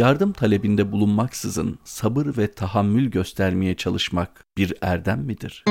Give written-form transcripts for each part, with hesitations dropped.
Yardım talebinde bulunmaksızın sabır ve tahammül göstermeye çalışmak bir erdem midir?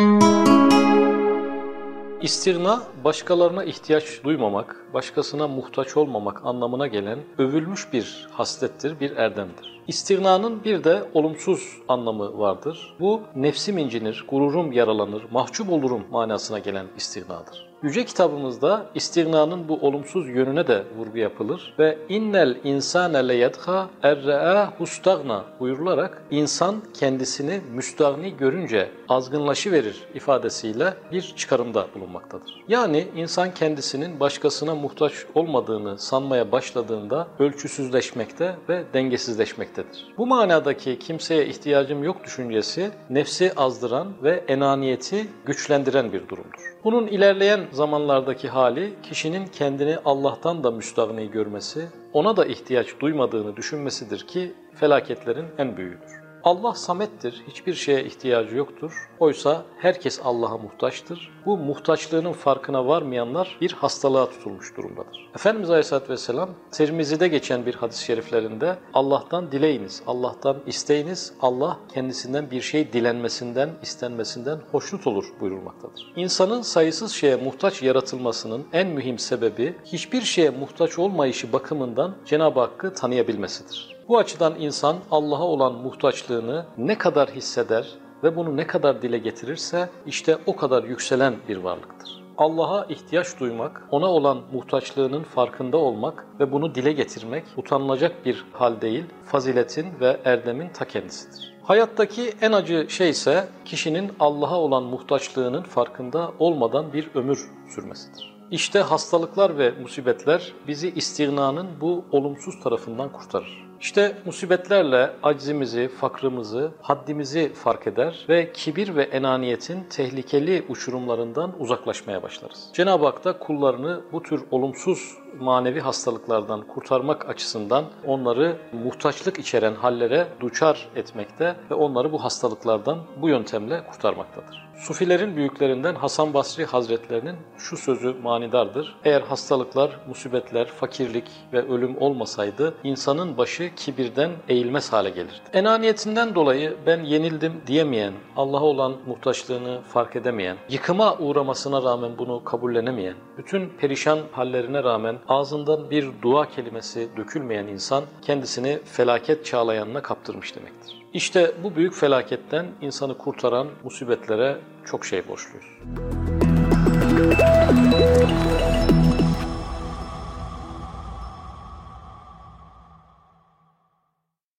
İstirna, başkalarına ihtiyaç duymamak, başkasına muhtaç olmamak anlamına gelen övülmüş bir haslettir, bir erdemdir. İstirnanın bir de olumsuz anlamı vardır. Bu nefsim incinir, gururum yaralanır, mahcup olurum manasına gelen istirnadır. Yüce kitabımızda istirnanın bu olumsuz yönüne de vurgu yapılır ve innel insane leyedha erre'a hustagna buyurularak insan kendisini müstagni görünce azgınlaşıverir ifadesiyle bir çıkarımda bulunmaktadır. Yani insan kendisinin başkasına muhtaç olmadığını sanmaya başladığında ölçüsüzleşmekte ve dengesizleşmektedir. Bu manadaki kimseye ihtiyacım yok düşüncesi nefsi azdıran ve enaniyeti güçlendiren bir durumdur. Bunun ilerleyen zamanlardaki hali kişinin kendini Allah'tan da müstagni görmesi, ona da ihtiyaç duymadığını düşünmesidir ki felaketlerin en büyüğüdür. Allah samettir, hiçbir şeye ihtiyacı yoktur. Oysa herkes Allah'a muhtaçtır. Bu muhtaçlığının farkına varmayanlar bir hastalığa tutulmuş durumdadır. Efendimiz Aleyhisselatü Vesselam, Tirmizi'de geçen bir hadis-i şeriflerinde Allah'tan dileyiniz, Allah'tan isteyiniz, Allah kendisinden bir şey dilenmesinden, istenmesinden hoşnut olur buyurulmaktadır. İnsanın sayısız şeye muhtaç yaratılmasının en mühim sebebi hiçbir şeye muhtaç olmayışı bakımından Cenab-ı Hakk'ı tanıyabilmesidir. Bu açıdan insan Allah'a olan muhtaçlığını ne kadar hisseder ve bunu ne kadar dile getirirse işte o kadar yükselen bir varlıktır. Allah'a ihtiyaç duymak, ona olan muhtaçlığının farkında olmak ve bunu dile getirmek utanılacak bir hal değil, faziletin ve erdemin ta kendisidir. Hayattaki en acı şey ise kişinin Allah'a olan muhtaçlığının farkında olmadan bir ömür sürmesidir. İşte hastalıklar ve musibetler bizi istirnanın bu olumsuz tarafından kurtarır. İşte musibetlerle aczimizi, fakrımızı, haddimizi fark eder ve kibir ve enaniyetin tehlikeli uçurumlarından uzaklaşmaya başlarız. Cenab-ı Hak da kullarını bu tür olumsuz manevi hastalıklardan kurtarmak açısından onları muhtaçlık içeren hallere duçar etmekte ve onları bu hastalıklardan bu yöntemle kurtarmaktadır. Sufilerin büyüklerinden Hasan Basri Hazretlerinin şu sözü manidardır. Eğer hastalıklar, musibetler, fakirlik ve ölüm olmasaydı insanın başı kibirden eğilmez hale gelirdi. Enaniyetinden dolayı ben yenildim diyemeyen, Allah'a olan muhtaçlığını fark edemeyen, yıkıma uğramasına rağmen bunu kabullenemeyen, bütün perişan hallerine rağmen ağzından bir dua kelimesi dökülmeyen insan kendisini felaket çağlayanına kaptırmış demektir. İşte bu büyük felaketten insanı kurtaran musibetlere çok şey borçluyuz.